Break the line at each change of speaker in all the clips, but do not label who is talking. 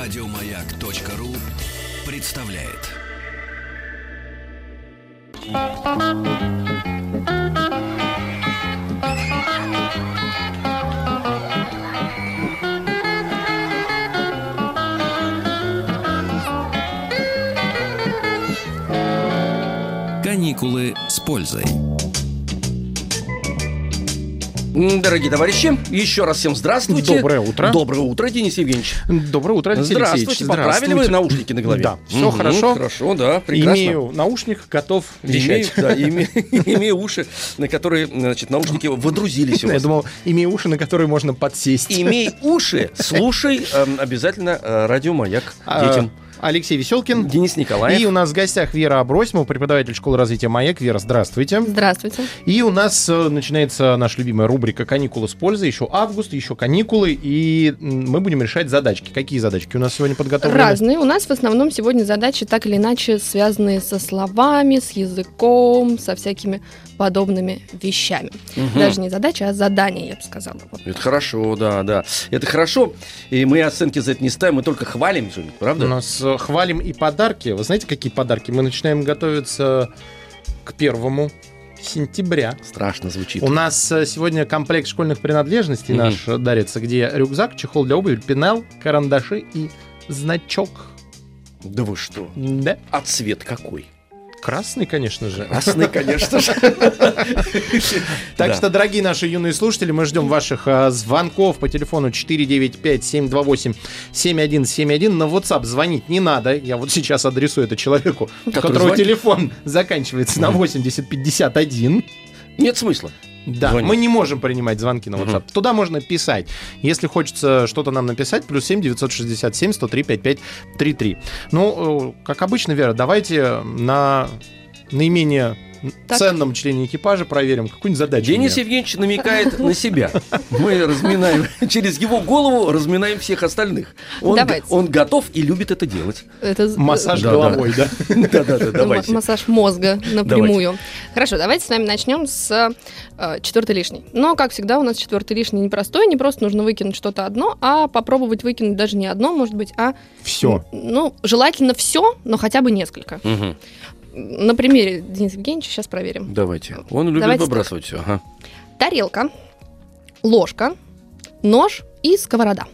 Радиомаяк.ру представляет. Каникулы с пользой.
Дорогие товарищи, еще раз всем здравствуйте.
Доброе утро.
Доброе утро, Денис Евгеньевич.
Доброе утро, Алексей Алексеевич.
Здравствуйте. Поправили вы наушники на голове?
Да, все хорошо.
Хорошо, да, прекрасно.
Имею наушник, готов вещать.
Имею уши, на которые, значит, наушники водрузились у вас.
Я думал, имею уши, на которые можно подсесть.
Имей уши, слушай обязательно радио «Маяк» детям.
Алексей Веселкин.
Денис Николаев.
И у нас в гостях Вера Абросимова, преподаватель школы развития «Маяк». Вера, здравствуйте.
Здравствуйте.
И у нас начинается наша любимая рубрика «Каникулы с пользой». Еще август, еще каникулы. И мы будем решать задачки. Какие задачки у нас сегодня подготовлены?
Разные. У нас в основном сегодня задачи так или иначе связанные со словами, с языком, со всякими подобными вещами. Даже не задача, а задание, я бы сказала.
Это хорошо, да. Это хорошо. И мы оценки за это не ставим, мы только хвалим, правда?
У нас хвалим и подарки. Вы знаете, какие подарки? Мы начинаем готовиться к 1 сентября.
Страшно звучит.
У нас сегодня комплект школьных принадлежностей наш дарится, где рюкзак, чехол для обуви, пенал, карандаши и значок.
Да вы что?
Да.
А цвет какой?
Красный, конечно же.
Красный, конечно же.
Так что, дорогие наши юные слушатели, мы ждем ваших звонков по телефону 495-728-7171. На WhatsApp звонить не надо. Я вот сейчас адресую это человеку, у которого телефон заканчивается на 8051.
Нет смысла.
Да, звонить. Мы не можем принимать звонки на WhatsApp. Туда можно писать. Если хочется что-то нам написать, +7 967 103 5533. Ну, как обычно, Вера, давайте на наименее ценном члене экипажа проверим какую-нибудь задачу.
Денис Евгеньевич намекает на себя. Мы разминаем, через его голову разминаем всех остальных. Он готов и любит это делать.
Массаж головой, да?
Да, давайте.
Массаж мозга напрямую. Хорошо, давайте с вами начнем с 4 лишней. Но, как всегда, у нас 4 лишний непростой. Не просто нужно выкинуть что-то одно, а попробовать выкинуть даже не одно, может быть, а...
Все.
Ну, желательно все, но хотя бы несколько. На примере Дениса Евгеньевича сейчас проверим.
Давайте. Он любит выбрасывать все. Ага.
Тарелка, ложка, нож и сковорода.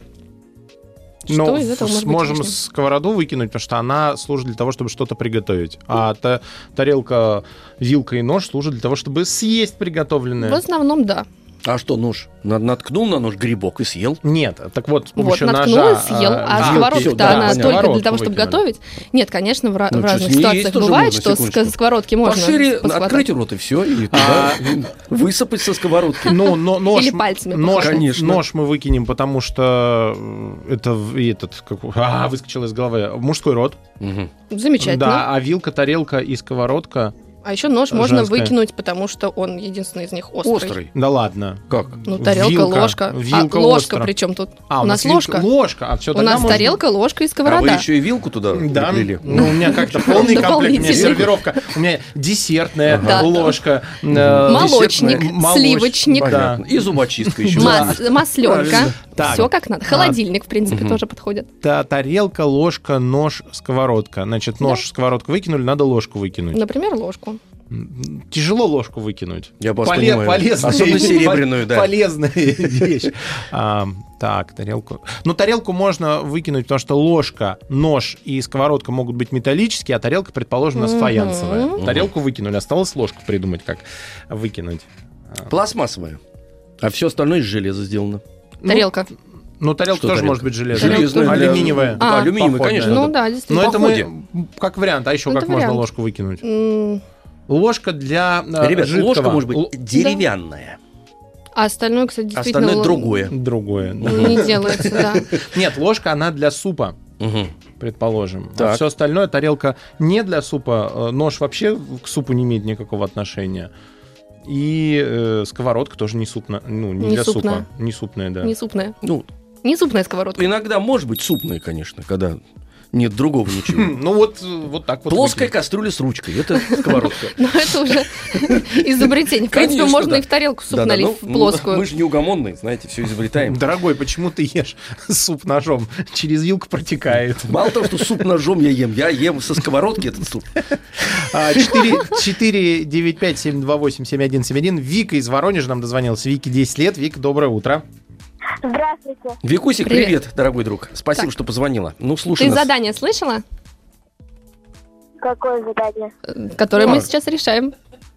Что из этого может быть
сможем
лишним?
сковороду выкинуть, потому что она служит для того, чтобы что-то приготовить. А тарелка, вилка и нож служат для того, чтобы съесть приготовленное.
В основном, да.
А что нож? Наткнул на нож грибок и съел?
Нет, так вот, с помощью
наткнул
ножа...
и съел, сковородка-то она только для того, чтобы готовить. Нет, конечно, в разных ситуациях бывает, что с сковородки можно...
Пошире открыть рот и все, и туда высыпать со сковородки.
Или пальцами.
Нож мы выкинем, потому что это выскочило из головы. Мужской род.
Замечательно.
Да, а вилка, тарелка и сковородка...
А еще нож можно выкинуть, потому что он единственный из них острый.
Да ладно.
Как?
Ну, тарелка, ложка. Ложка причем тут? У нас ложка.
Ложка,
у нас тарелка, ложка и сковорода.
А вы еще и вилку туда приплели?
Ну, у меня как-то полный комплект. У меня сервировка. У меня десертная ложка.
Молочник, сливочник.
И зубочистка еще.
Масленка. Все как надо. Холодильник, в принципе, тоже подходит.
Тарелка, ложка, нож, сковородка. Значит, нож, сковородку выкинули, надо ложку выкинуть.
Например, ложку.
Тяжело ложку выкинуть.
Я вас понимаю.
Особенно
серебряную, да.
Полезная вещь. Так, тарелку. Ну, тарелку можно выкинуть, потому что ложка, нож и сковородка могут быть металлические, а тарелка, предположим, у нас фаянсовая. Тарелку выкинули, осталось ложку придумать, как выкинуть.
Пластмассовая. А все остальное из железа сделано.
Тарелка.
Ну, тарелка тоже может быть железная.
Железная.
Алюминиевая.
Алюминиевая, конечно.
Ну да, действительно.
Но это мы как вариант. А еще как можно ложку выкинуть? Ложка для
Ребят,
жидкого.
ложка может быть деревянная.
А остальное, кстати, действительно...
Остальное другое.
Не делается, да.
Нет, ложка, она для супа, предположим. А все остальное, тарелка не для супа. Нож вообще к супу не имеет никакого отношения. И сковородка тоже не супная. Ну, не для супа. Не супная, да.
Не супная.
Ну,
не супная сковородка.
Иногда может быть супная, конечно, когда Нет другого ничего.
Ну вот так вот.
Плоская кастрюля с ручкой. Это сковородка.
Но это уже изобретение. В принципе, можно и в тарелку суп налить плоскую.
Мы же неугомонные, знаете, все изобретаем.
Дорогой, почему ты ешь суп ножом? Через вилку протекает.
Мало того, что суп ножом я ем со сковородки этот суп.
495-728-7171. Вика из Воронежа нам дозвонилась. Вике 10 лет. Вика, доброе утро.
Здравствуйте.
Викусик, привет, дорогой друг. Спасибо, что позвонила. Ну, слушай
Ты
нас.
задание слышала?
Какое задание?
Которое мы сейчас решаем.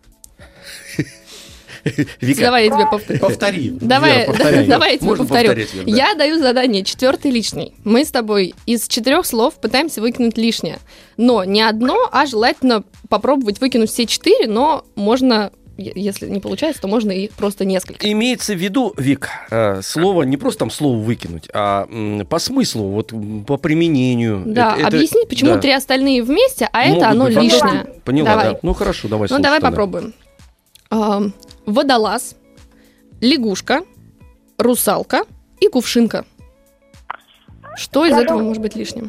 Вика,
Давай я тебе повторю.
Повтори.
Давай я тебе
Можно
повторю.
повторять, Вер, да.
Я даю задание 4 лишний. Мы с тобой из 4 слов пытаемся выкинуть лишнее. Но не одно, а желательно попробовать выкинуть все 4, но можно, если не получается, то можно и просто несколько.
имеется в виду, Вик, слово, не просто там слово выкинуть, а по смыслу, вот по применению.
Да, объяснить, почему 3 остальные вместе, а это оно
быть,
лишнее.
Поняла,
Давай.
да. Ну, хорошо, давай
Ну,
слушай
давай
тогда.
попробуем. Водолаз, лягушка, русалка и кувшинка. Что из этого может быть лишним?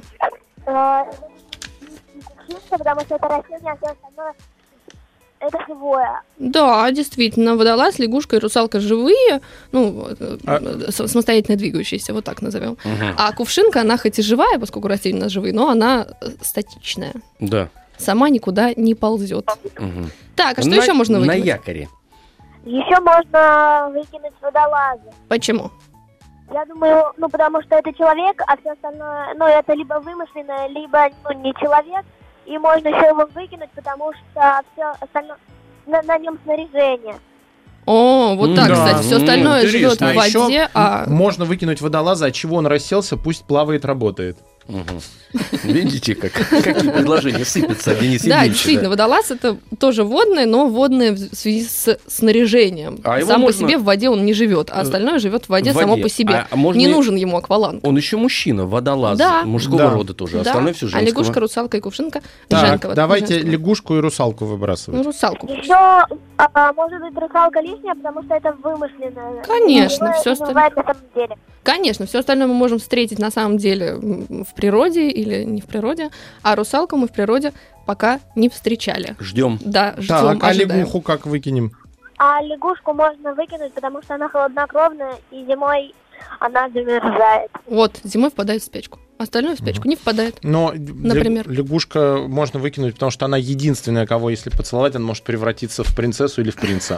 Потому что это растение, а все остальное это живое.
Да, действительно, водолаз, лягушка и русалка живые, ну, самостоятельно двигающиеся, вот так назовем. А кувшинка, она хоть и живая, поскольку растения у нас живые, но она статичная.
Да.
Сама никуда не ползет.
Угу.
Так, а что еще можно выкинуть?
На якоре.
Еще можно выкинуть водолаза.
Почему?
Я думаю, потому что это человек, а все остальное, это либо вымышленное, либо, не человек. И можно еще его выкинуть, потому что все остальное, на нем снаряжение.
О, вот так,
Да.
кстати, все остальное живет
А
в воде,
еще
а...
можно выкинуть водолаза, от чего он расселся, пусть плавает, работает.
Видите, какие предложения сыпятся, Денис
Да,
Евгеньевич.
действительно, водолаз это тоже водное, но водное в связи с снаряжением.
А его
Сам
можно-
по себе в воде он не живет, а остальное живет в воде
В
само
воде.
по себе.
А можно
Не
и-
нужен ему акваланг.
Он еще мужчина, водолаз,
Да.
мужского
Да.
рода тоже,
Да.
остальное все
А
женского.
лягушка, русалка и кувшинка
Так,
женского.
давайте
женского.
лягушку и русалку выбрасывать.
Ну, русалку.
Еще, может быть, русалка лишняя, потому что это вымышленное.
Конечно,
Живое
всё
не
остальное.
бывает на самом деле.
Конечно, все остальное мы можем встретить на самом деле в природе или не в природе, а русалку мы в природе пока не встречали.
Ждем.
Да, ждем,
Так, а
ожидаем.
лягуху как выкинем?
А лягушку можно выкинуть, потому что она холоднокровная, и зимой она замерзает.
Вот, зимой впадает в спячку. Остальное в спячку не впадает.
Но
Например?
лягушка можно выкинуть, потому что она единственная, кого, если поцеловать, она может превратиться в принцессу или в принца.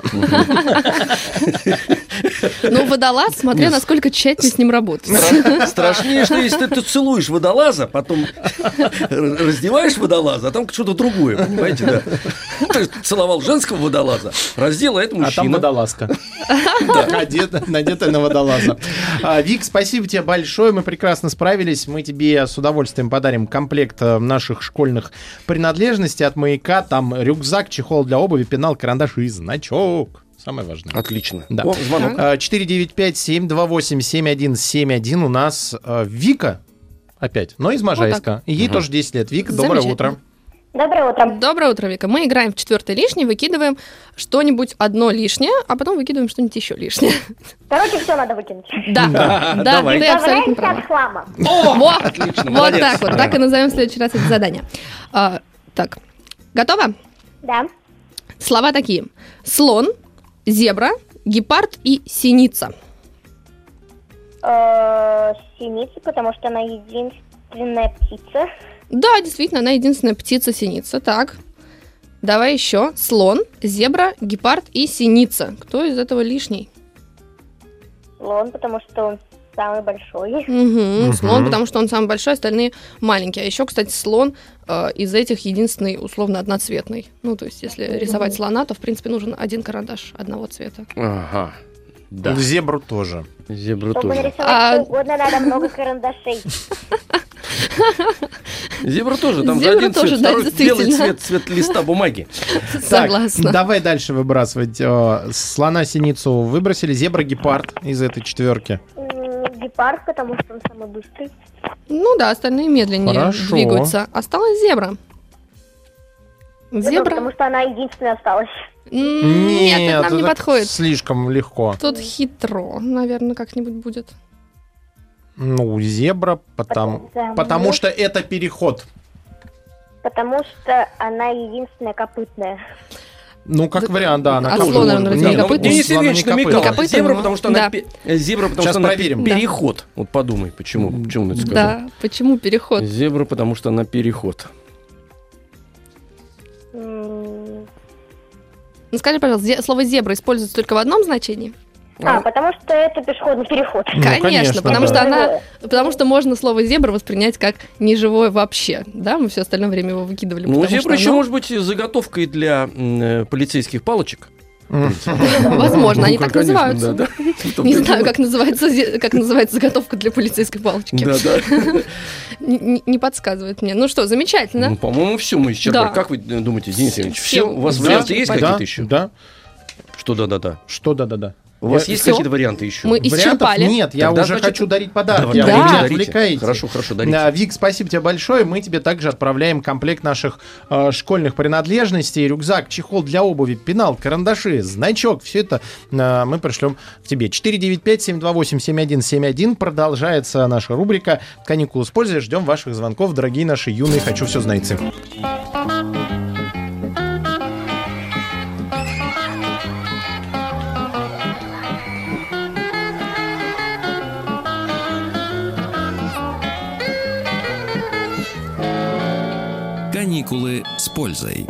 Но водолаз, смотря насколько тщательно с ним работать.
Страшнее, что если ты целуешь водолаза, потом раздеваешь водолаза, а там что-то другое, понимаете, да? Ты целовал женского водолаза, раздел, а это
А там
мужчина.
водолазка. Надетая на водолаза. Вик, спасибо тебе большое, мы прекрасно справились. Мы тебе с удовольствием подарим комплект наших школьных принадлежностей от «Маяка». Там рюкзак, чехол для обуви, пенал, карандаш и значок. Самое важное.
Отлично.
Да.
О, звонок.
495-728-7171. У нас Вика опять, но из Можайска. И ей тоже 10 лет. Вика, доброе
Замечательно.
утро.
Доброе утро.
Доброе утро, Вика. Мы играем в 4 лишний, выкидываем что-нибудь одно лишнее, а потом выкидываем что-нибудь еще лишнее.
Короче, все надо выкинуть.
Да, да,
давай.
ты абсолютно
Избавляемся
права.
от хлама.
Вот,
Отлично,
вот
молодец.
так вот. Так и назовем в следующий раз это задание. Так, готово?
Да.
Слова такие. Слон, зебра, гепард и синица.
Синица, потому что она единственная птица.
Да, действительно, она единственная птица-синица. Так, давай еще. Слон, зебра, гепард и синица. Кто из этого лишний?
Слон, потому что он самый большой.
Угу, слон, потому что он самый большой, остальные маленькие. А еще, кстати, слон из этих единственный, условно, одноцветный. Ну, то есть, если рисовать слона, то, в принципе, нужен один карандаш одного цвета.
Ага. Да.
Зебру тоже.
Зебру
Чтобы
тоже.
нарисовать что угодно, надо много карандашей.
Зебру тоже. Там же
Зебру
один
тоже,
цвет,
да,
второй белый
действительно.
цвет листа бумаги.
Согласна.
Так, давай дальше выбрасывать. Слона, синицу выбросили. Зебра, гепард из этой четверки.
Гепард, потому что он самый быстрый.
Ну да, остальные медленнее
Хорошо.
двигаются. Осталась зебра. Зебра?
Потому что она единственная осталась.
Нет, это нам не
это
подходит.
слишком легко.
Тут хитро, наверное, как-нибудь будет.
Ну, зебра, потому что это переход.
Потому что она единственная копытная.
Ну, как вариант, да. Она
А
тоже
слон,
может
наверное,
быть.
не
Нет,
копытный?
ну,
Денис
слон не
Евгеньевич намекал.
копытный.
Не копытный,
Зебра,
но-
потому что
да.
зебра, потому
Сейчас
что она
проверим.
переход. Вот подумай, почему он это сказал.
Да, почему переход?
Зебра, потому что она переход.
М,
Ну, скажи, пожалуйста, слово «зебра» используется только в одном значении?
потому что это пешеходный переход.
Ну, конечно,
потому
да.
что потому что можно слово «зебра» воспринять как неживое вообще, да? Мы все остальное время его выкидывали.
Ну,
потому
зебра
что
еще
оно-
может быть заготовкой для полицейских палочек.
Возможно, они
Ну,
так
конечно,
называются.
да.
Не знаю, как называется заготовка для полицейской палочки.
Да, да.
Не подсказывает мне. Ну что, замечательно.
Ну, по-моему, все мы исчерпали.
Да.
Как вы думаете, Денис Евгеньевич,
Все.
все? У вас
Да,
варианты есть
Да,
какие-то еще?
Да.
Что да-да-да?
Что да-да-да?
У вас
Я-
есть
Всё.
какие-то варианты еще?
Мы
Вариантов
исчерпали.
нет, я
Тогда,
уже
значит,
хочу дарить подарки.
Давайте,
А
Да.
вы меня
дарите.
отвлекаете.
Хорошо, дарите.
Да, Вик, спасибо тебе большое. Мы тебе также отправляем комплект наших школьных принадлежностей, рюкзак, чехол для обуви, пенал, карандаши, значок. Все это мы пришлем к тебе. 495-728-7171. Продолжается наша рубрика «Каникулы с пользой». Ждем ваших звонков, дорогие наши юные «Хочу все знайцы».
Каникулы с пользой.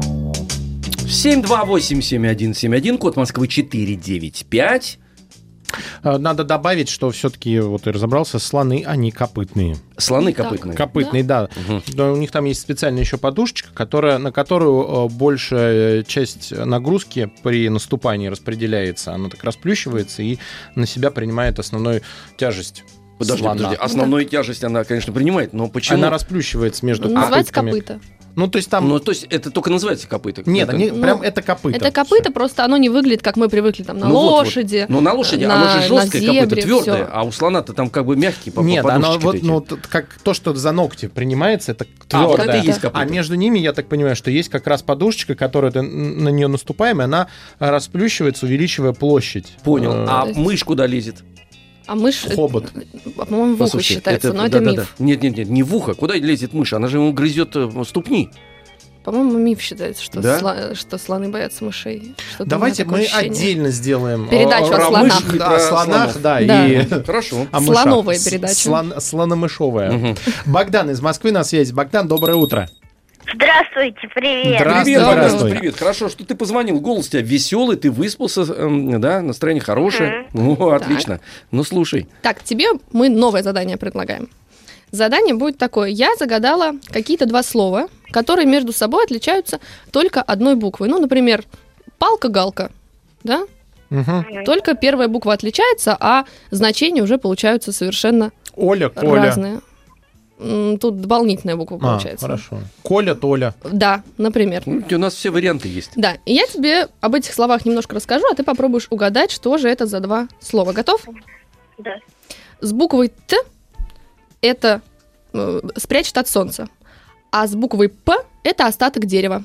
728-7171, код Москвы 495.
Надо добавить, что все-таки, вот ты разобрался, слоны, они копытные.
Слоны
Так.
копытные.
Копытные, да. Да, у них там есть специальная еще подушечка, на которую большая часть нагрузки при наступании распределяется. Она так расплющивается и на себя принимает основную тяжесть.
Подожди, основную тяжесть она, конечно, принимает, но почему?
Она расплющивается между
Называется
копытками.
копыта.
Ну, то есть там...
Ну, то есть это только называется копыта?
Нет,
Это-
они
Ну,
прям это копыта.
Это копыта, просто оно не выглядит, как мы привыкли там на
Ну, вот,
лошади.
Ну, на лошади,
на-
оно же
на
жесткое
зебре,
копыто, твердое,
всё.
а у слона-то там как бы мягкий
Нет, оно
подушечки
вот,
эти.
ну, как то, что за ногти принимается, это
А, вот
твердое.
это и есть копыто.
А между ними, я так понимаю, что есть как раз подушечка, которая на нее наступаем, и она расплющивается, увеличивая площадь.
Понял. А
то есть-
мышь куда лезет?
А мышь,
Хобот.
по-моему, в ухо
Послушайте,
считается, но это
да-да-да.
миф.
Нет, не в ухо. Куда лезет мышь? Она же ему грызет ступни.
По-моему, миф считается, что,
Да?
что слоны боятся мышей. Что-то
Давайте
у меня
мы
такое ощущение.
отдельно сделаем
Передачу о
про
слонах.
мышь,
Про
о слонах,
слонов.
да,
Да.
и
Хорошо.
о мышах.
Слоновая передача.
Слономышовая.
Мгм.
Богдан из Москвы на связи. Богдан, доброе утро.
Здравствуйте, привет.
Здравствуй,
Привет, Богдан,
здравствуй.
привет. Хорошо, что ты позвонил. Голос у тебя веселый, ты выспался, да, настроение хорошее. О, отлично. Ну, слушай.
Так, тебе мы новое задание предлагаем. Задание будет такое. Я загадала какие-то два слова, которые между собой отличаются только одной буквой. Ну, например, палка-галка, да?
Мгм.
Только первая буква отличается, а значения уже получаются совершенно
Оля, Коля.
разные. Тут дополнительная буква получается.
Хорошо. Коля, Толя.
Да, например.
Ну, у нас все варианты есть.
Да, и я тебе об этих словах немножко расскажу, а ты попробуешь угадать, что же это за два слова. Готов?
Да.
С буквой Т это спрячет от солнца, а с буквой П это остаток дерева.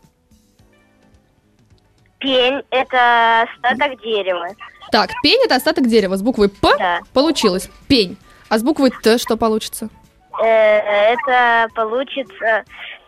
Пень – это остаток дерева.
Так, пень это остаток дерева. С буквой П
Да.
получилось пень, а с буквой Т что получится?
Это получится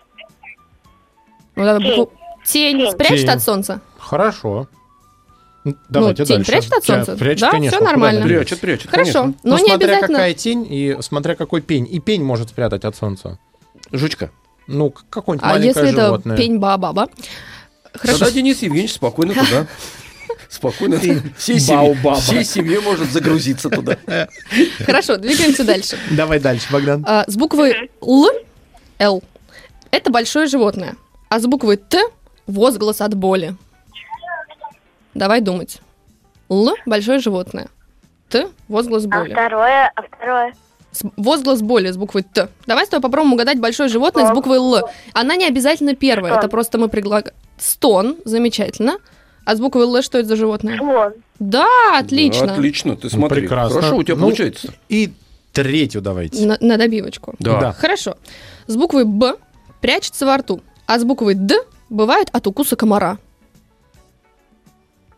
Ну, да,
Тень.
букву- Тень
Тень.
спрячет
Тень.
от солнца.
Хорошо. Давайте
тень
дальше.
прячет от солнца?
Прячет,
Да,
конечно.
всё нормально.
Куда она денется?
Прячет,
Хорошо,
конечно.
но
Ну,
не
смотря
обязательно.
какая тень и смотря какой пень. И пень может спрятать от солнца.
Жучка.
Ну, какое-нибудь
А
маленькое
если
животное.
это пень баобаба? Хорошо.
Тогда Денис Евгеньевич спокойно туда. Спокойно. Всей
Баобаба.
семье может загрузиться туда.
Хорошо, двигаемся дальше.
Давай дальше, Богдан.
С буквой Л, это большое животное, а с буквой Т возглас от боли. Давай думать. Л большое животное, Т возглас боли.
второе.
Возглас боли с буквой Т. Давай с тобой попробуем угадать большое животное с буквой Л. Она не обязательно первая,
Стон.
это просто мы предлагаем. Стон, замечательно. А с буквой Л что это за животное?
Слон.
Да, отлично.
Отлично, ты смотри.
прекрасно.
Хорошо у тебя
Ну,
получается.
И третью давайте.
На добивочку.
Да.
Хорошо. С буквой Б прячется во рту, а с буквой Д бывает от укуса комара.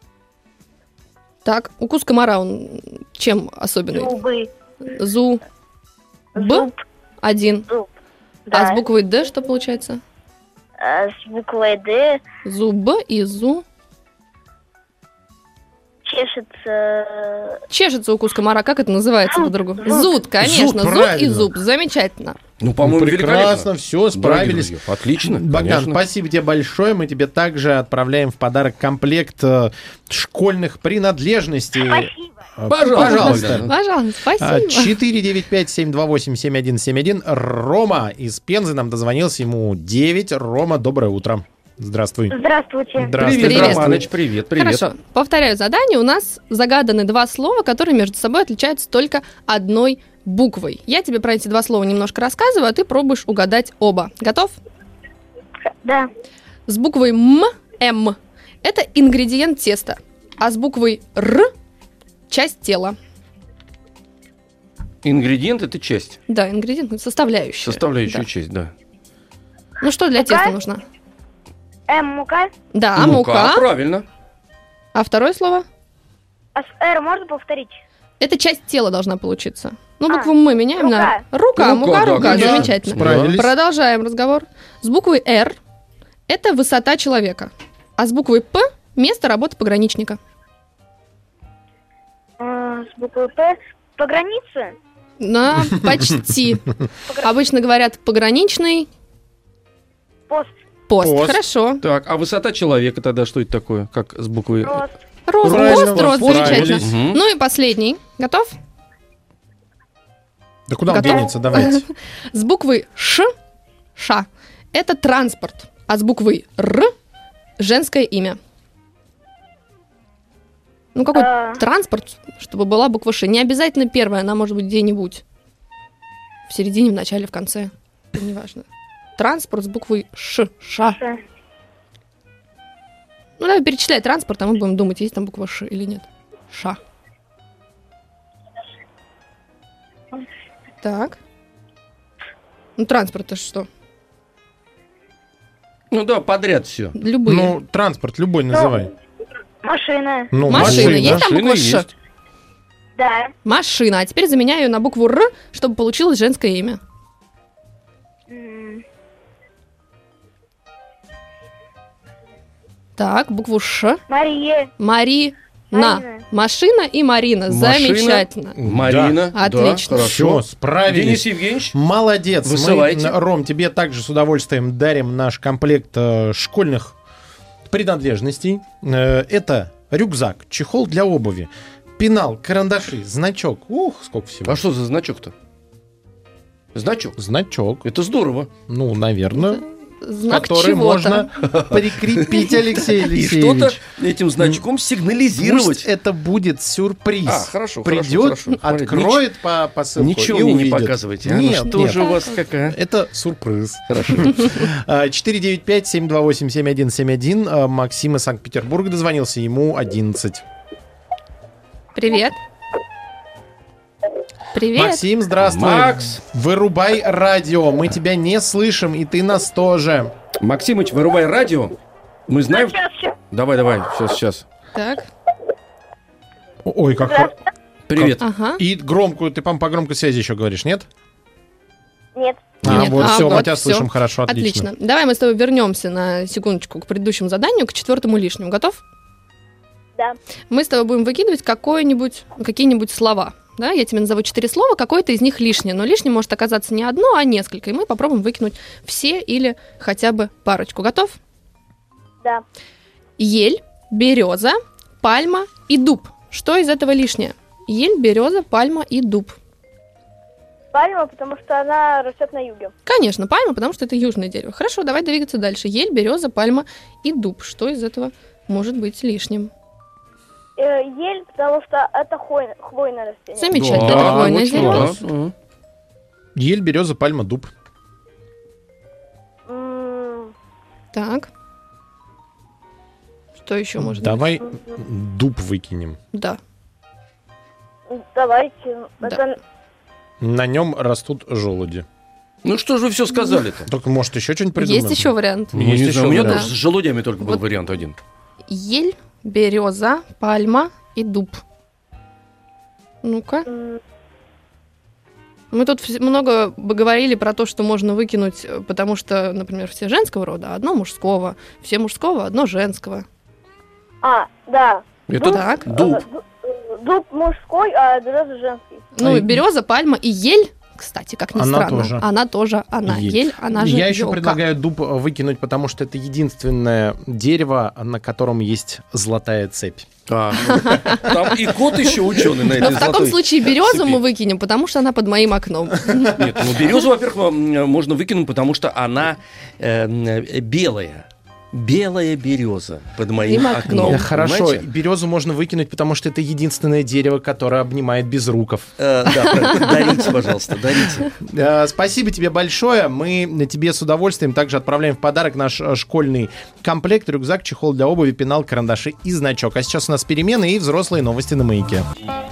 Так, укус комара, он чем особенный?
Зубы.
Б – 1.
Зуб.
А
Да.
с буквой Д что получается?
С буквой Д
Зуб и зу.
чешется...
Чешется укус комара. Как это называется по-другому?
Зуд.
Зуд, конечно.
Зуд,
Зуд и
правильно.
зуб. Замечательно.
Ну, по-моему,
прекрасно,
великолепно.
все, справились.
Дорогие друзья, отлично.
Богдан,
конечно.
спасибо тебе большое. Мы тебе также отправляем в подарок комплект школьных принадлежностей.
Спасибо.
Пожалуйста.
Пожалуйста, спасибо.
495-728-7171. Рома из Пензы нам дозвонился. Ему 9. Рома, доброе утро. Здравствуй.
Здравствуйте.
Привет,
Привет.
Романыч, привет.
Хорошо. Повторяю задание. У нас загаданы два слова, которые между собой отличаются только одной буквой. Я тебе про эти два слова немножко рассказываю, а ты пробуешь угадать оба. Готов?
Да.
С буквой М – это ингредиент теста, а с буквой Р – часть тела.
Ингредиент – это часть.
Да, ингредиент – составляющая.
Составляющая
Да.
часть, да.
Ну что для
Мука?
теста нужно?
Мука.
Да, мука.
Правильно.
А второе слово?
А с Р можно повторить?
Это часть тела должна получиться. Ну,
А,
букву «М» меняем на рука.
Рука,
Мука,
да,
рука.
конечно.
Замечательно.
Справились.
Продолжаем разговор. С буквой «Р» – это высота человека. А с буквой «П» – место работы пограничника.
С буквой П. По границе?
На почти. Обычно говорят пограничный
Пост.
пост.
Пост.
Хорошо.
Так, а высота человека тогда что это такое? Как с буквы...
Рост.
Рост,
Правильно,
рост,
справились.
замечательно.
Мгм.
Ну и последний. Готов?
Да куда он
Готов?
денется? Давайте.
С буквой Ш, Ша, это транспорт, а с буквой Р женское имя. Ну, какой транспорт, чтобы была буква Ш. Не обязательно первая, она может быть где-нибудь. В середине, в начале, в конце. Это неважно. Транспорт с буквой Ш, Ша.
Ш.
Ну, давай перечисляй транспорт, а мы будем думать, есть там буква Ш или нет. Ша. Так. Ну, транспорт это что?
Ну да, подряд все.
Любые.
Ну, транспорт любой называй.
Машина.
Ну,
Машина. Есть там
Машина
буква Ш?
есть.
Да.
Машина. А теперь заменяю ее на букву Р, чтобы получилось женское имя.
М,
Так, букву Ш.
Мария.
Марина.
Марина.
Машина и Марина.
Машина.
Замечательно.
Марина.
Да.
Да,
Отлично.
Все,
хорошо.
справились.
Денис Евгеньевич.
Молодец.
Высылайте.
Мы, Ром, тебе также с удовольствием дарим наш комплект школьных принадлежностей. Это рюкзак, чехол для обуви, пенал, карандаши, значок. Ух, сколько всего.
А что за значок-то? Значок.
Значок.
Это здорово.
Ну, наверное,
Знак
который
чего-то.
можно прикрепить, Алексей
И что-то
Алексеевич.
этим значком сигнализировать.
Пусть это будет сюрприз.
А, хорошо,
Придет,
хорошо, хорошо.
откроет по посылку
Ничего
и
мне не
увидит.
показывайте.
Нет,
что
нет.
же у вас какая?
Это сюрприз. Хорошо. 495-728-7171. Максим из Санкт-Петербурга дозвонился, ему 11.
Привет. Привет.
Максим, здравствуй.
Макс.
Вырубай радио, мы тебя не слышим, и ты нас тоже.
Максимыч, вырубай радио. Мы знаем...
Сейчас.
Давай, сейчас.
Так.
Ой, как...
Привет.
Ага.
И громкую, ты, по громкой связи еще говоришь, нет?
Нет.
Нет.
Вот, все, мы
вот,
тебя
всё.
слышим хорошо, отлично.
Отлично. Давай мы с тобой вернемся на секундочку к предыдущему заданию, к четвертому лишнему. Готов?
Да.
Мы с тобой будем выкидывать какие-нибудь слова. Да, я тебе назову 4 слова, какое-то из них лишнее. Но лишним может оказаться не одно, а несколько. И мы попробуем выкинуть все или хотя бы парочку. Готов?
Да.
Ель, береза, пальма и дуб. Что из этого лишнее? Ель, береза, пальма и дуб.
Пальма, потому что она растет на юге.
Конечно, пальма, потому что это южное дерево. Хорошо, давай двигаться дальше. Ель, береза, пальма и дуб. Что из этого может быть лишним?
Ель, потому что это хвойное растение.
Замечательно, это хвойное
очень
дерево.
класс. Ага.
Ель, береза, пальма, дуб.
М,
Так. Что еще может
Давай дуб выкинем.
быть? Да.
Давайте.
Да.
Это
На нем растут желуди.
Ну что же вы все сказали-то?
Только, может, еще что-нибудь придумаем?
Есть еще вариант.
Ну, не
Есть
знаю,
еще
у меня
вариант.
тоже с желудями только был
Вот.
вариант один.
Ель, береза, пальма и дуб. Ну-ка.
м,
Мы тут много бы говорили про то, что можно выкинуть, потому что, например, все женского рода, а одно мужского, все мужского, одно женского.
Да.
Это
Так.
дуб.
Дуб мужской, а береза женский.
Ну,
А
и береза, пальма и ель, кстати, как ни
Она
странно.
тоже.
Она тоже, она
Ель.
ель, она же
Я еще
ёлка.
предлагаю дуб выкинуть, потому что это единственное дерево, на котором есть золотая цепь.
Там и кот еще ученый на
Но
этой
в таком
золотой
случае березу
цепи.
мы выкинем, потому что она под моим окном.
Нет, ну березу, во-первых, можно выкинуть, потому что она белая. Белая береза под моим
Моим окном.
окном.
Хорошо,
понимаете?
березу можно выкинуть, потому что это единственное дерево, которое обнимает безруков.
Да, правильно. Дарите, пожалуйста, дарите.
Спасибо тебе большое. Мы тебе с удовольствием также отправляем в подарок наш школьный комплект, рюкзак, чехол для обуви, пенал, карандаши и значок. А сейчас у нас перемены и взрослые новости на Маяке.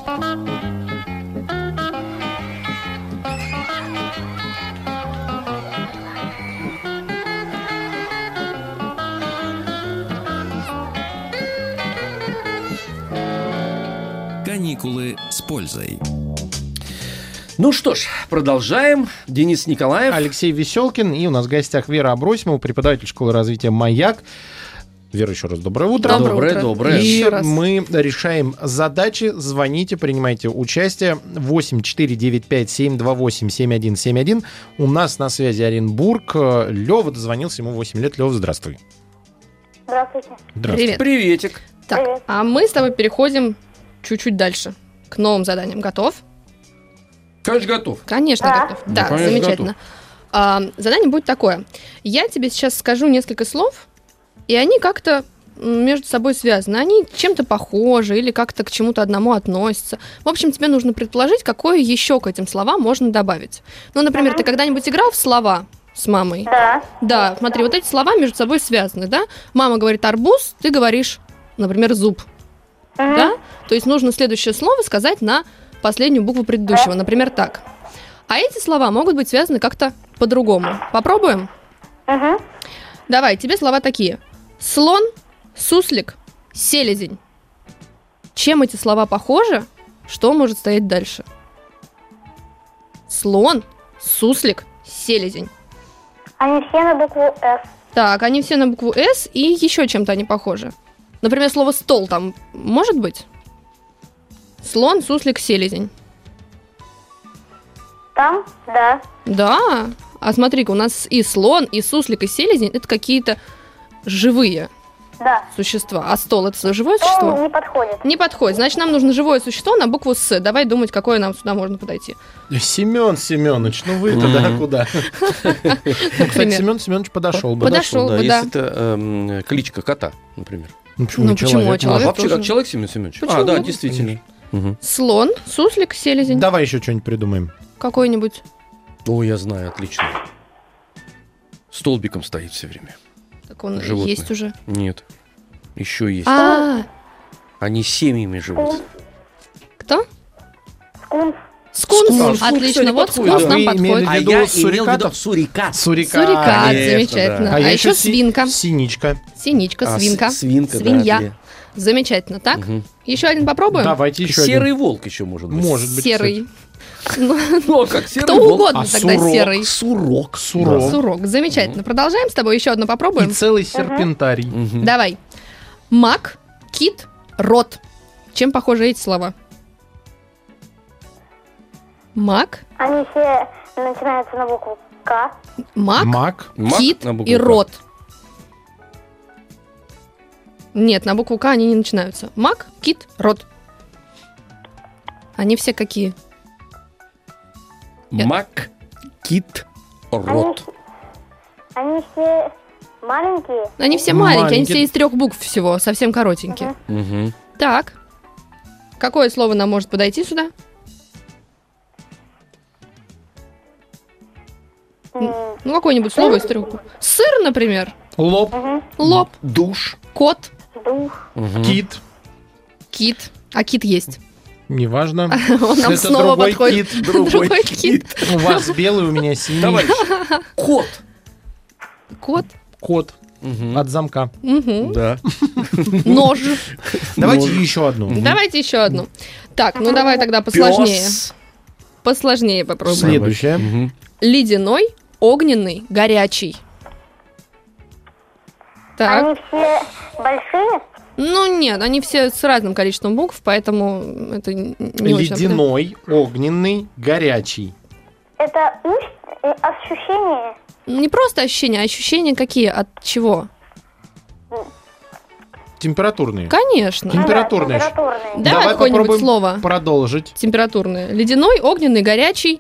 Каникулы с пользой.
Ну что ж, продолжаем. Денис Николаев.
Алексей Веселкин. И у нас в гостях Вера Абросимова, преподаватель школы развития «Маяк». Вера, еще раз доброе утро.
Доброе утро.
И
Еще раз.
мы решаем задачи. Звоните, принимайте участие. 8495-728-7171. У нас на связи Оренбург. Лева дозвонился, ему 8 лет. Лева, здравствуй.
Здравствуйте.
Привет.
Приветик.
Так,
Привет.
а мы с тобой переходим чуть-чуть дальше к новым заданиям. Готов?
Конечно, готов.
Конечно,
Да.
готов. Да,
конечно,
замечательно. Задание будет такое. Я тебе сейчас скажу несколько слов, и они как-то между собой связаны. Они чем-то похожи или как-то к чему-то одному относятся. В общем, тебе нужно предположить, какое еще к этим словам можно добавить. Ну, например, ты когда-нибудь играл в слова с мамой?
Да.
Да, смотри, вот эти слова между собой связаны, да? Мама говорит арбуз, ты говоришь, например, зуб. Да? То есть нужно следующее слово сказать на последнюю букву предыдущего. Например, так. А эти слова могут быть связаны как-то по-другому. Попробуем?
Угу.
Давай, тебе слова такие. Слон, суслик, селезень. Чем эти слова похожи? Что может стоять дальше? Слон, суслик, селезень.
Они все на букву «С».
Так, они все на букву «С», и еще чем-то они похожи. Например, слово «стол» там может быть? Слон, суслик, селезень.
Там? Да.
Да. А смотри-ка, у нас и слон, и суслик, и селезень — это какие-то живые
Да.
существа. А стол — это живое
Стол
существо?
не подходит.
Не подходит. Значит, нам нужно живое существо на букву «С». Давай думать, какое нам сюда можно подойти.
Семен Семенович, ну вы-то да, куда? Кстати,
Например.
Семен Семенович подошел бы.
Подошел бы, да.
Если это кличка кота, например.
Ну почему
Ну,
не
почему?
человек?
Человек
Вообще
тоже.
как человек, Семен Семенович?
Почему?
Да, действительно. Мгм.
Слон, суслик, селезень.
Давай еще что-нибудь придумаем.
Какой-нибудь.
О, я знаю, отлично. Столбиком стоит все время.
Так он
Животное.
есть уже.
Нет. Еще есть.
А,
Они семьями живут.
кто?
Скунс.
Скунс.
Скунс.
Отлично,
Кстати,
вот
подходит,
скунс
да.
нам
Вы имели
подходит.
в виду
имел в виду
сурикатов?
сурикат.
Сурикат,
Конечно,
замечательно.
да.
А еще свинка.
Синичка.
Синичка, свинка.
Свинка, да,
Свинья.
две.
Замечательно. Так,
Мгм.
еще один попробуем?
Давайте еще
Серый
один.
волк еще может быть.
Может быть.
Серый.
Ну, а как серый
Кто
волк?
угодно
А
тогда
сурок?
серый.
Сурок.
Сурок.
Сурок. Замечательно. Продолжаем с тобой. Еще одно
И
попробуем.
целый серпентарий.
Мгм.
Давай. Мак, кит, рот. Чем похожи эти слова? Мак,
Они все начинаются на букву «К».
мак,
Мак.
Мак
кит
на букву
и
«К».
рот. Нет, на букву К они не начинаются. Мак, кит, рот. Они все какие?
Мак, кит, рот.
Они все маленькие.
Они все маленькие, они
Маленькие.
все из 3 букв всего, совсем коротенькие.
Мгм.
Так. Какое слово нам может подойти сюда? Ну, какое-нибудь слово из 3 букв. Сыр, например.
Лоб.
Лоб.
Душ.
Кот.
Дух.
Мгм.
Кит.
Кит. А кит есть.
Неважно.
Он нам
Это
снова
другой
подходит.
кит.
Другой кит.
У вас белый, у меня синий.
Товарищ. Кот.
Кот.
Кот.
Мгм.
От замка.
Мгм.
Да.
Нож.
Давайте еще одну.
Давайте еще одну. Так, ну давай тогда посложнее.
Пёс.
Посложнее попробуем.
Следующее.
Мгм.
Ледяной, огненный, горячий. Так.
Они все большие?
Ну нет, они все с разным количеством букв, поэтому это не очень...
Ледяной, огненный, горячий.
Это ощущение?
Не просто ощущения, а ощущения какие? От чего?
Температурные.
Конечно.
Температурные.
Температурные.
Давай какое-нибудь
попробуем
слово.
продолжить.
Температурное. Ледяной, огненный, горячий,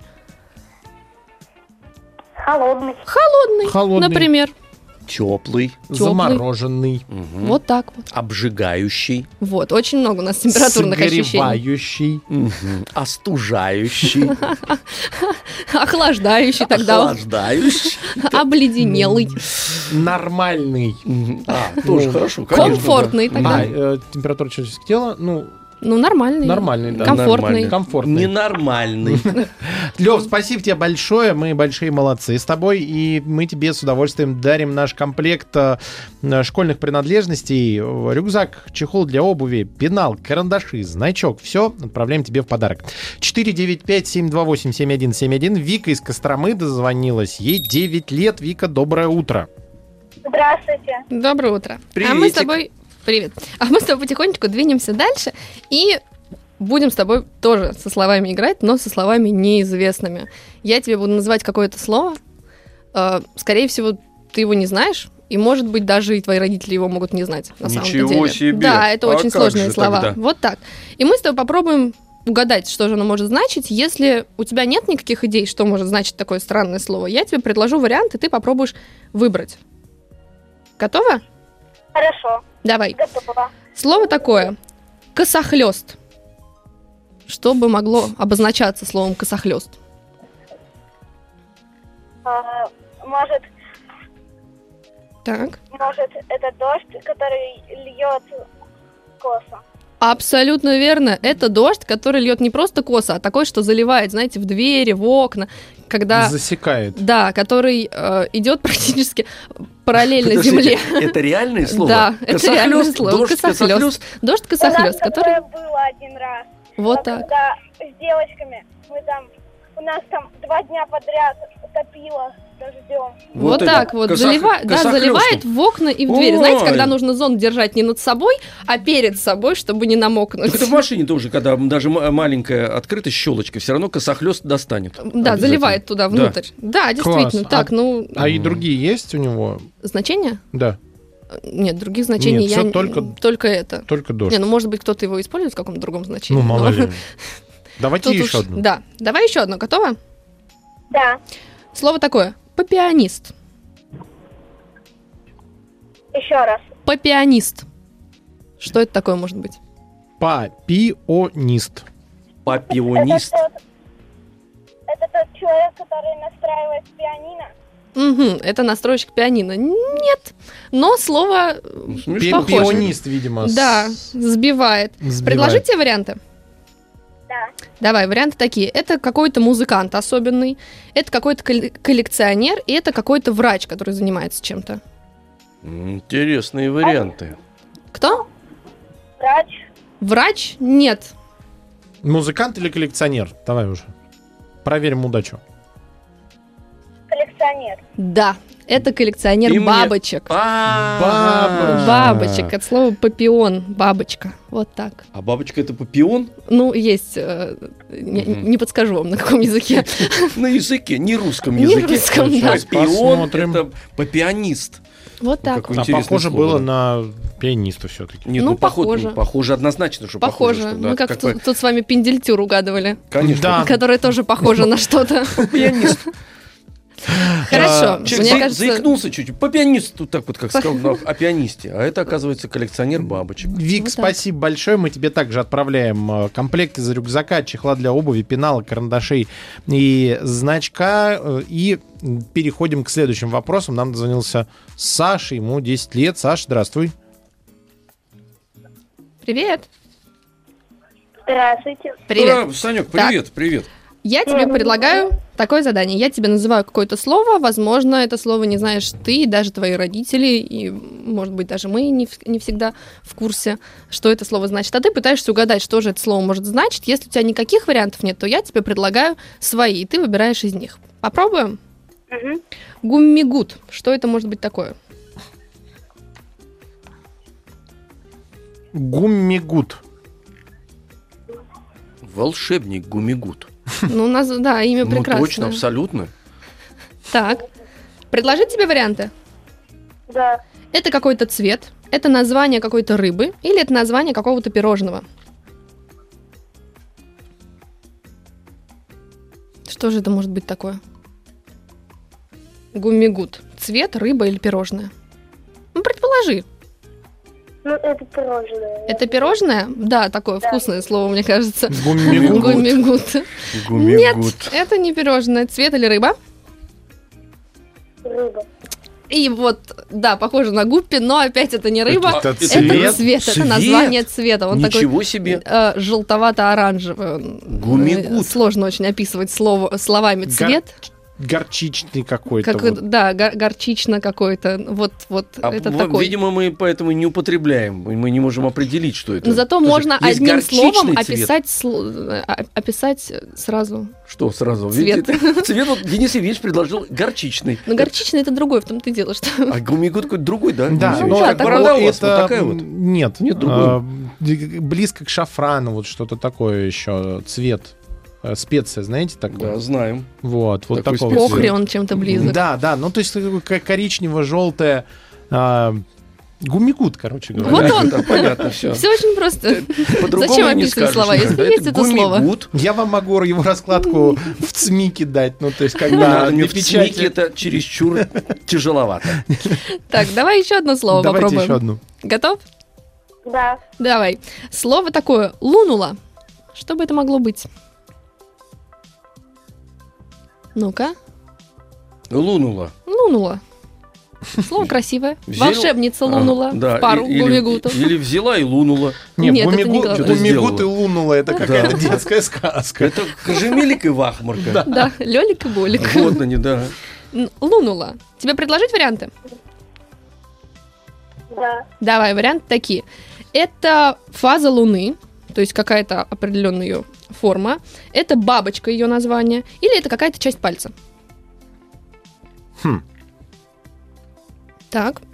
Холодный.
холодный,
Холодный.
например.
Теплый,
Замороженный.
Вот так вот.
обжигающий,
Вот, очень много у нас температурных ощущений.
Согревающий.
остужающий,
Охлаждающий тогда.
охлаждающий.
Обледенелый.
Нормальный.
Тоже хорошо, конечно.
Комфортный тогда.
Температура человеческого тела,
Ну, нормальный.
нормальный, да.
Комфортный.
Нормальный.
Комфортный.
Ненормальный.
Лев, спасибо тебе большое, мы большие молодцы с тобой, и мы тебе с удовольствием дарим наш комплект школьных принадлежностей, рюкзак, чехол для обуви, пенал, карандаши, значок, все отправляем тебе в подарок. 495-728-7171, Вика из Костромы дозвонилась, ей 9 лет. Вика, доброе утро.
Здравствуйте.
Доброе утро. А мы с
Приветик.
тобой... Привет. А мы с тобой потихонечку двинемся дальше и будем с тобой тоже со словами играть, но со словами неизвестными. Я тебе буду называть какое-то слово. Скорее всего, ты его не знаешь, и, может быть, даже и твои родители его могут не знать, на самом деле.
Ничего себе!
Да, это
А
очень
как
сложные
же
слова.
тогда?
Вот так. И мы с тобой попробуем угадать, что же оно может значить. Если у тебя нет никаких идей, что может значить такое странное слово, я тебе предложу вариант, и ты попробуешь выбрать. Готова?
Хорошо.
Давай.
Готова.
Слово такое. Косохлёст. Что бы могло обозначаться словом косохлёст?
Может,
Так.
это дождь, который льет косо.
Абсолютно верно. Это дождь, который льет не просто косо, а такой, что заливает, знаете, в двери, в окна, когда...
Засекает.
Да, который идет практически параллельно
Подождите,
земле.
Это реальное слово?
Да, это реальное слово.
Дождь,
Косохлёст.
косохлёст?
Дождь
У нас
косохлёст, который...
такое было один раз.
Вот так.
Когда с девочками у нас там 2 дня подряд топило дождем.
Вот
это
так вот.
косохлёстом.
Заливает в окна и в двери. Знаете,
Ой.
когда нужно зонт держать не над собой, а перед собой, чтобы не намокнуть.
Так это в машине тоже, когда даже маленькая открыта щелочка, все равно косохлёст достанет.
Да,
Обязательно.
заливает туда внутрь. Да, действительно.
Класс.
Так, ну,
А и другие есть у него?
значения?
Да,
Нет, других значений
Нет,
я...
всё
Только это.
только дождь.
Не, ну, может быть, кто-то его использует в каком-то другом значении.
Ну, мало
но
ли. Давайте
тут
еще
уж-
одну.
Да, давай еще одно. Готово?
Да.
Слово такое. Папианист.
Еще раз.
Папианист. Что это такое может быть?
Папионист.
Папионист.
Это тот человек, который настраивает пианино.
Угу, это настройщик пианино. Нет, но слово
Смешно.
похоже.
Пионист, видимо.
Да, сбивает.
Сбивает.
Предложите варианты?
Да.
Давай, варианты такие. Это какой-то музыкант особенный, это какой-то коллекционер, и это какой-то врач, который занимается чем-то.
Интересные варианты.
Кто?
Врач.
Врач? Нет.
Музыкант или коллекционер? Давай уже. Проверим удачу.
Коллекционер.
Да, это коллекционер
И мне-
бабочек. Бабочек, от слова папион, бабочка. Вот так.
А бабочка это папион?
Ну, есть, не подскажу вам, на каком языке.
На языке, не русском
Не
языке.
русском, да.
Папион
Посмотрим.
это папианист.
Вот так.
какой
А
интересное
похоже
слово.
было на пианиста все-таки.
Нет,
Ну,
похоже.
похоже.
Похоже однозначно, что
Похоже.
что, да,
Мы как
какой-
тут с вами пендельтюр угадывали,
Конечно.
Да.
которая тоже похожа на что-то.
Пианист.
Хорошо.
Человек
Мне кажется,
заикнулся чуть-чуть. По пианисту, так вот, как сказал, о пианисте. А это, оказывается, коллекционер бабочек.
Вик,
Вот так.
спасибо большое. Мы тебе также отправляем комплект из рюкзака, чехла для обуви, пенала, карандашей и значка. И переходим к следующим вопросам. Нам дозвонился Саша, ему 10 лет. Саш, здравствуй.
привет.
Здравствуйте.
Привет.
Санек, привет, привет.
Я тебе предлагаю такое задание. Я тебе называю какое-то слово. Возможно, это слово не знаешь ты, даже твои родители, и, может быть, даже мы не всегда в курсе, что это слово значит. А ты пытаешься угадать, что же это слово может значить. Если у тебя никаких вариантов нет, то я тебе предлагаю свои, и ты выбираешь из них. Попробуем? Гуммигут. Что это может быть такое?
Гуммигут.
Волшебник Гуммигут.
Ну, у нас, да, имя
Ну,
прекрасное.
точно, абсолютно.
Так. Предложить тебе варианты?
Да.
Это какой-то цвет, это название какой-то рыбы или это название какого-то пирожного? Что же это может быть такое? Гуммигут. Цвет, рыба или пирожное? Ну, предположи.
Ну, это пирожное.
Это пирожное? Да, такое вкусное слово, мне кажется.
Гуммигут.
Гуммигут. Нет, это не пирожное. Цвет или рыба?
Рыба.
И вот, да, похоже на гуппи, но опять это не рыба.
Это
Это
цвет?
цвет, это
Цвет?
название цвета. Он
Ничего
такой
себе.
желтовато-оранжевый.
Гуммигут.
Сложно очень описывать словами цвет.
Горчичный какой-то.
Как,
вот.
да, горчично какой-то. Вот это такой.
Видимо, мы поэтому не употребляем. Мы не можем определить, что это.
Но зато
Потому
можно
что есть
одним
горчичный
словом
цвет.
описать сразу.
Что сразу?
Цвет.
Видите? Цвет вот Денис Евгеньевич предложил горчичный.
Но горчичный это другой, в том-то и дело, что...
А Гуммигут какой-то другой, да?
Да,
Денис
но
Евгеньевич?
да,
Как
такой.
борода у вас
это
вот такая вот?
Нет,
Нет, другой.
Близко к шафрану, вот что-то такое еще, цвет. Специя, знаете, такое?
Да, знаем.
Вот
Такой
такого
специя.
Охри, он чем-то близок.
Да, ну то есть такое коричнево-желтое гуммигут, короче говоря.
Вот он.
Да, понятно, все.
Все очень просто.
По-другому
Зачем
и не
описывать
скажешь.
слова, если
Да,
есть это слово?
Гуммигут.
Я вам могу его раскладку в ЦМИ кидать, ну то есть
Не
когда
надо, мне
для
в ЦМИКе
печати...
это чересчур тяжеловато.
Так, давай еще одно слово
Давайте
попробуем.
еще одну.
Готов?
Да.
Давай. Слово такое лунула. Что бы это могло быть? Ну-ка.
Лунула.
Лунула. Слово красивое.
Взяла-
Волшебница лунула
Да,
в пару
или-
гуммигуту.
Или взяла и лунула.
Не,
Нет, это не
гуммигут,
главное.
гуммигут и
Сделала.
лунула, это какая-то детская сказка.
Это Кожемелик и Вахмарка.
Да, Лёлик и Болик.
Вот они, да.
Лунула. Тебе предложить варианты?
Да.
Давай, варианты такие. Это фаза Луны, то есть какая-то определенная ее форма. Это бабочка, ее название. Или это какая-то часть пальца.
Хм.
Так.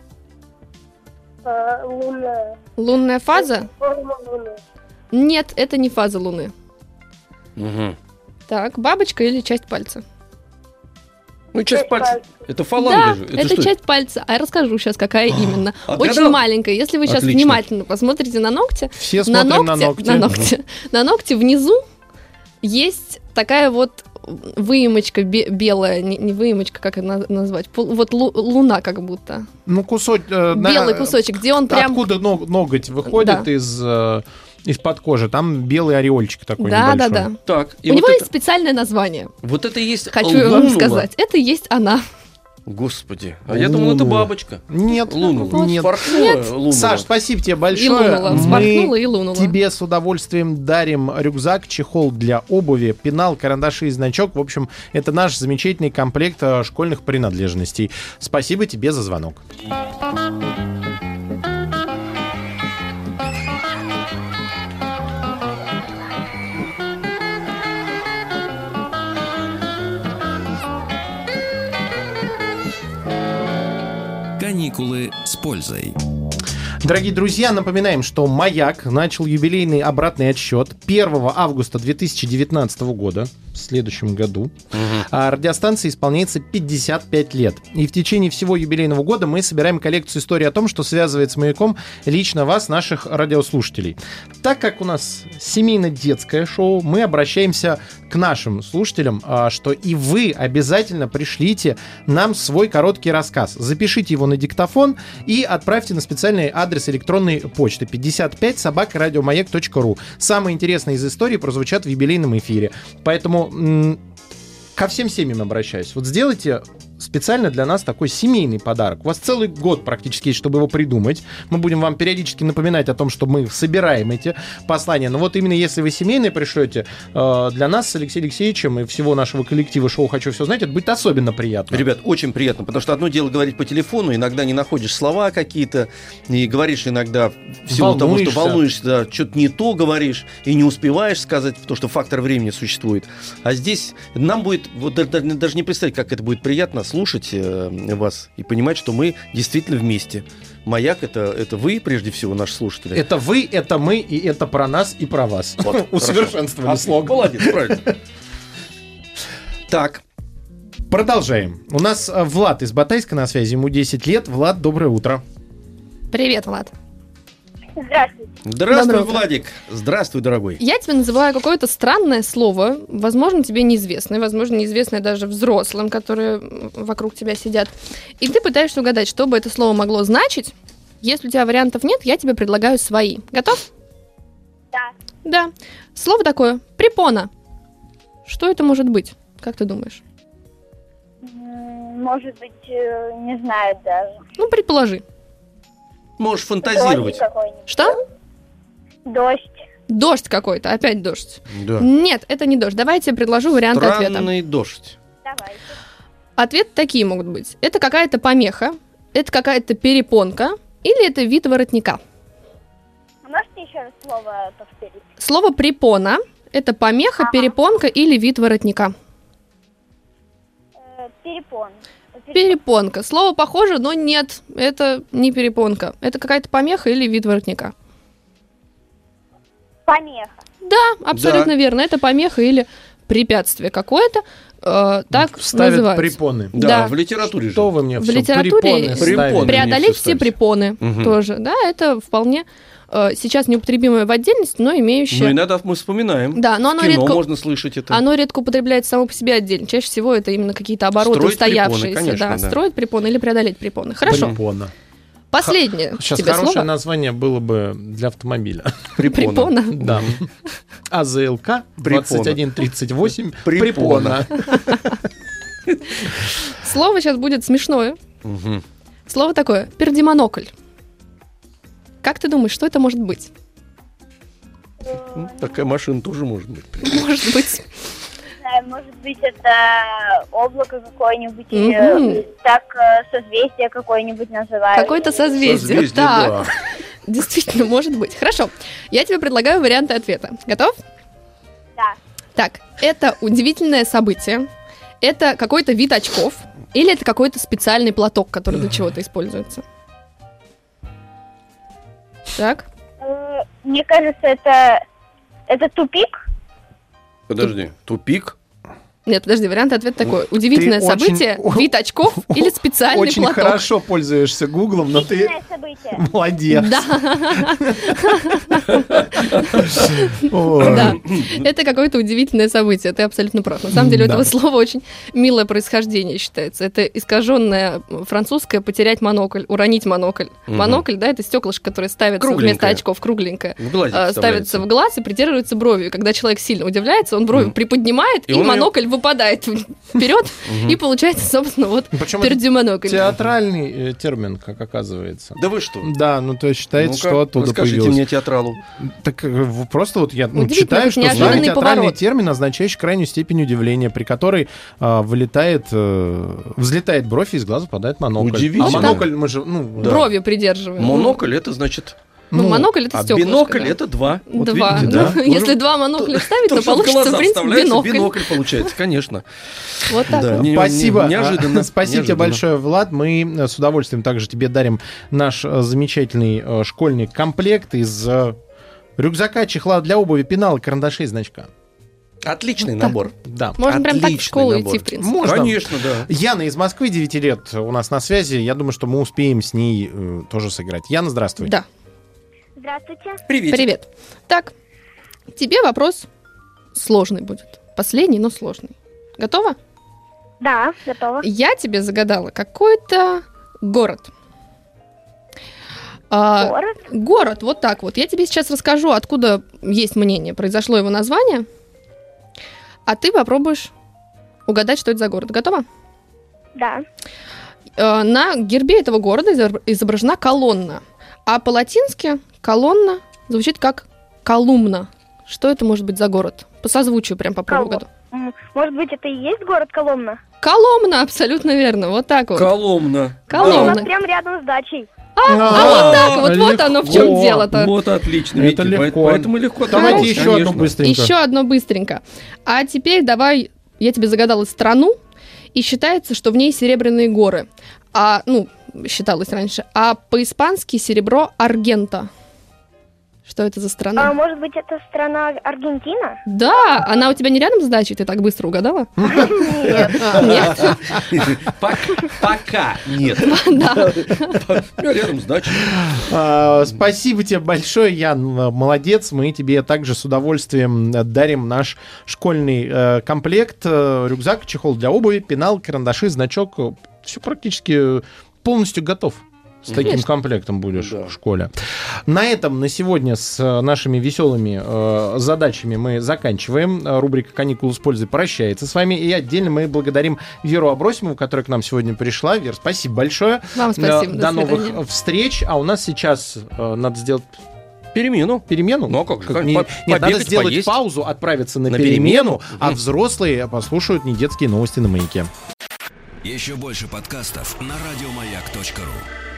Луна.
Лунная фаза?
Форма Луны.
Нет, это не фаза Луны.
Угу.
Так, бабочка или часть пальца?
Ну, часть
Часть
пальца.
пальца.
Это фаланга же.
Да, это
что?
часть пальца. А я расскажу сейчас, какая именно.
отгадал?
Очень маленькая. Если вы сейчас
Отлично.
внимательно посмотрите на ногти,
Все смотрим на ногти.
на ногти внизу есть такая вот выемочка белая, не выемочка, как это назвать, вот луна как будто.
Ну, кусочек...
Белый кусочек, где он прям...
Откуда ноготь выходит
Да.
из-под кожи, там белый ореольчик такой
Да, да,
небольшой.
да.
Так, и
У
вот
него
это,
есть специальное название.
вот это и есть
Хочу вам
лунула.
сказать. Это и есть она.
Господи. А я думал, это
Лунула.
бабочка.
Нет,
Лунула.
нет.
Вспорхнула лунула.
Саш, спасибо тебе
И
большое.
лунула. Вспорхнула и лунула.
Тебе с удовольствием дарим рюкзак, чехол для обуви, пенал, карандаши и значок. В общем, это наш замечательный комплект школьных принадлежностей. Спасибо тебе за звонок.
Каникулы с пользой.
Дорогие друзья, напоминаем, что «Маяк» начал юбилейный обратный отсчет 1 августа 2019 года, в следующем году. А радиостанции исполняется 55 лет. И в течение всего юбилейного года мы собираем коллекцию историй о том, что связывает с «Маяком» лично вас, наших радиослушателей. Так как у нас семейно-детское шоу, мы обращаемся к нашим слушателям, что и вы обязательно пришлите нам свой короткий рассказ. Запишите его на диктофон и отправьте на специальный адрес электронной почты 55@радиомаяк.ру. Самые интересные из историй прозвучат в юбилейном эфире. Поэтому ко всем семьям обращаюсь. Вот сделайте специально для нас такой семейный подарок. У вас целый год практически есть, чтобы его придумать. Мы будем вам периодически напоминать о том, что мы собираем эти послания. Но вот именно если вы семейные пришлете, для нас с Алексеем Алексеевичем и всего нашего коллектива шоу «Хочу все знать», это будет особенно приятно.
Ребят, очень приятно, потому что одно дело говорить по телефону, иногда не находишь слова какие-то, и говоришь иногда в силу того, что волнуешься, да, что-то не то говоришь, и не успеваешь сказать, потому что фактор времени существует. А здесь нам будет, вот даже не представить, как это будет приятно слушать вас и понимать, что мы действительно вместе. «Маяк» — это вы, прежде всего, наши слушатели.
Это вы, это мы, и это про нас и про вас.
Вот,
усовершенствовали слоган.
Молодец, правильно. Так.
Продолжаем. У нас Влад из Батайска на связи, ему 10 лет. Влад, доброе утро.
Привет, Влад.
Здравствуйте.
Здравствуй,
Доброе утро.
Владик. Здравствуй, дорогой.
Я тебе называю какое-то странное слово, возможно, тебе неизвестное, возможно, неизвестное даже взрослым, которые вокруг тебя сидят. И ты пытаешься угадать, что бы это слово могло значить. Если у тебя вариантов нет, я тебе предлагаю свои. Готов?
Да.
Да. Слово такое — препона. Что это может быть? Как ты думаешь?
Может быть, не знаю даже.
Ну, предположи.
Можешь фантазировать.
Дождь какой-нибудь.
Что?
Дождь.
Дождь какой-то, опять дождь.
Да.
Нет, это не дождь. Давайте я предложу варианты ответа.
Странный дождь.
Давайте.
Ответы такие могут быть. Это какая-то помеха, это какая-то перепонка или это вид воротника.
Можете еще раз слово повторить?
Слово препона — это помеха, перепонка или вид воротника.
Перепон.
Перепонка. Слово похоже, но нет, это не перепонка. Это какая-то помеха или вид воротника.
Помеха.
Да, абсолютно верно. Это помеха или препятствие какое-то. Так
Ставят
называется.
препоны.
Да,
Да.
в литературе
Что
же.
вы мне
В
все
литературе
препоны ставите?
Препоны.
Преодолеть
мне
все
ставите.
препоны
Мгм.
тоже. Да, это вполне сейчас неупотребимое в отдельности, но имеющее...
Ну, иногда мы вспоминаем.
Да, но
В
оно
кино
редко...
можно слышать это.
Оно редко употребляется само по себе отдельно. Чаще всего это именно какие-то обороты
Строить
устоявшиеся.
препоны, конечно, да.
Строить препоны или преодолеть препоны. Хорошо.
Препона.
Последнее
Сейчас
тебе
хорошее
слово.
название было бы для автомобиля.
Препона.
Да. АЗЛК 2138.
Препона.
Слово сейчас будет смешное.
Мгм.
Слово такое. Пердемонокль. Как ты думаешь, что это может быть?
Ну, такая машина тоже может быть.
Может быть.
Не знаю, может быть, это облако какое-нибудь,
Мгм.
или так созвездие какое-нибудь называют.
Какое-то созвездие.
Созвездие,
Так,
да.
действительно, может быть. Хорошо. Я тебе предлагаю варианты ответа. Готов?
Да.
Так, это удивительное событие. Это какой-то вид очков. Или это какой-то специальный платок, который для чего-то используется. Так.
Мне кажется, это тупик.
Подожди, тупик?
Нет, подожди, вариант ответа такой. Удивительное
Ты очень-
событие, вид очков или специальный
Очень
платок.
хорошо пользуешься Гуглом, но ты
Удивительное событие.
молодец.
Да,
Ой.
да. Это какое-то удивительное событие, ты абсолютно прав. На самом деле у
Да.
этого слова очень милое происхождение считается. Это искаженное французское «потерять монокль», «уронить монокль».
Мгм.
Монокль, да, это стеклышко, которое ставится вместо
Кругленькое.
очков, кругленькое.
В глазик
Ставится
вставляется.
в глаз и придерживается бровью. Когда человек сильно удивляется, он бровью
Мгм.
приподнимает,
И
и
он её-
монокль выпадает вперед, и получается, собственно, вот
Причем это
пердемонокль.
театральный термин, как оказывается.
Да вы что?
Да, ну то есть считается,
Ну-ка,
что оттуда
расскажите
появилось.
мне театралу.
Так просто вот я
Удивительно,
читаю, что
неожиданный
старый театральный
поворот.
термин, означающий крайнюю степень удивления, при которой взлетает бровь, и из глаза падает монокль.
Удивительно.
А монокль мы же, ну, да.
Бровью придерживаем.
Монокль это значит...
Ну, монокль это
А
стеклышко.
бинокль
да.
это два. Вот
Два.
видите, да?
Ну, если два монокля вставить, то
что в
получится,
глаза
в принципе,
вставляется,
бинокль.
бинокль получается, конечно.
Вот так
Да.
вот.
Спасибо.
Неожиданно.
Спасибо тебе
Неожиданно.
большое, Влад. Мы с удовольствием также тебе дарим наш замечательный школьный комплект из рюкзака, чехла для обуви, пенала, карандашей, значка.
Отличный набор.
Да.
Можно прям так в
Отличный
школу
набор.
идти, в принципе.
Можно.
Конечно, да.
Яна из Москвы, 9 лет, у нас на связи. Я думаю, что мы успеем с ней тоже сыграть. Яна, здравствуй.
Да.
Здравствуйте.
Привет.
Привет. Так, тебе вопрос сложный будет. Последний, но сложный. Готова?
Да, готова.
Я тебе загадала какой-то город.
Город?
Город, вот так вот. Я тебе сейчас расскажу, откуда есть мнение, произошло его название, а ты попробуешь угадать, что это за город. Готова?
Да.
На гербе этого города изображена колонна, а по-латински колонна звучит как колумна. Что это может быть за город? По созвучию прям попробуй угадать.
Может быть, это и есть город Коломна?
Коломна, абсолютно верно, вот так вот.
Коломна.
У нас прям рядом с дачей.
Вот так вот, вот оно в чем дело-то.
Вот отлично.
Это легко.
Поэтому легко.
Давайте еще одну быстренько.
Еще одно быстренько. А теперь давай, я тебе загадала страну, и считается, что в ней серебряные горы. Считалось раньше. А по-испански серебро Аргента. Что это за страна?
Может быть, это страна Аргентина?
Да, она у тебя не рядом с дачей? Ты так быстро угадала?
Нет.
Пока нет.
Да.
Рядом с дачей.
Спасибо тебе большое, Ян. Молодец. Мы тебе также с удовольствием дарим наш школьный комплект. Рюкзак, чехол для обуви, пенал, карандаши, значок. Все практически полностью готов. С таким комплектом будешь в школе. На этом на сегодня с нашими веселыми задачами мы заканчиваем. Рубрика «Каникулы с пользой» прощается с вами. И отдельно мы благодарим Веру Абросимову, которая к нам сегодня пришла. Вер, спасибо большое.
Вам спасибо.
До новых встреч. А у нас сейчас надо сделать...
Перемену?
Ну, а как же? Нет, надо сделать паузу, отправиться на перемену, а взрослые послушают недетские новости на Маяке.
Еще больше подкастов на радиомаяк.ру.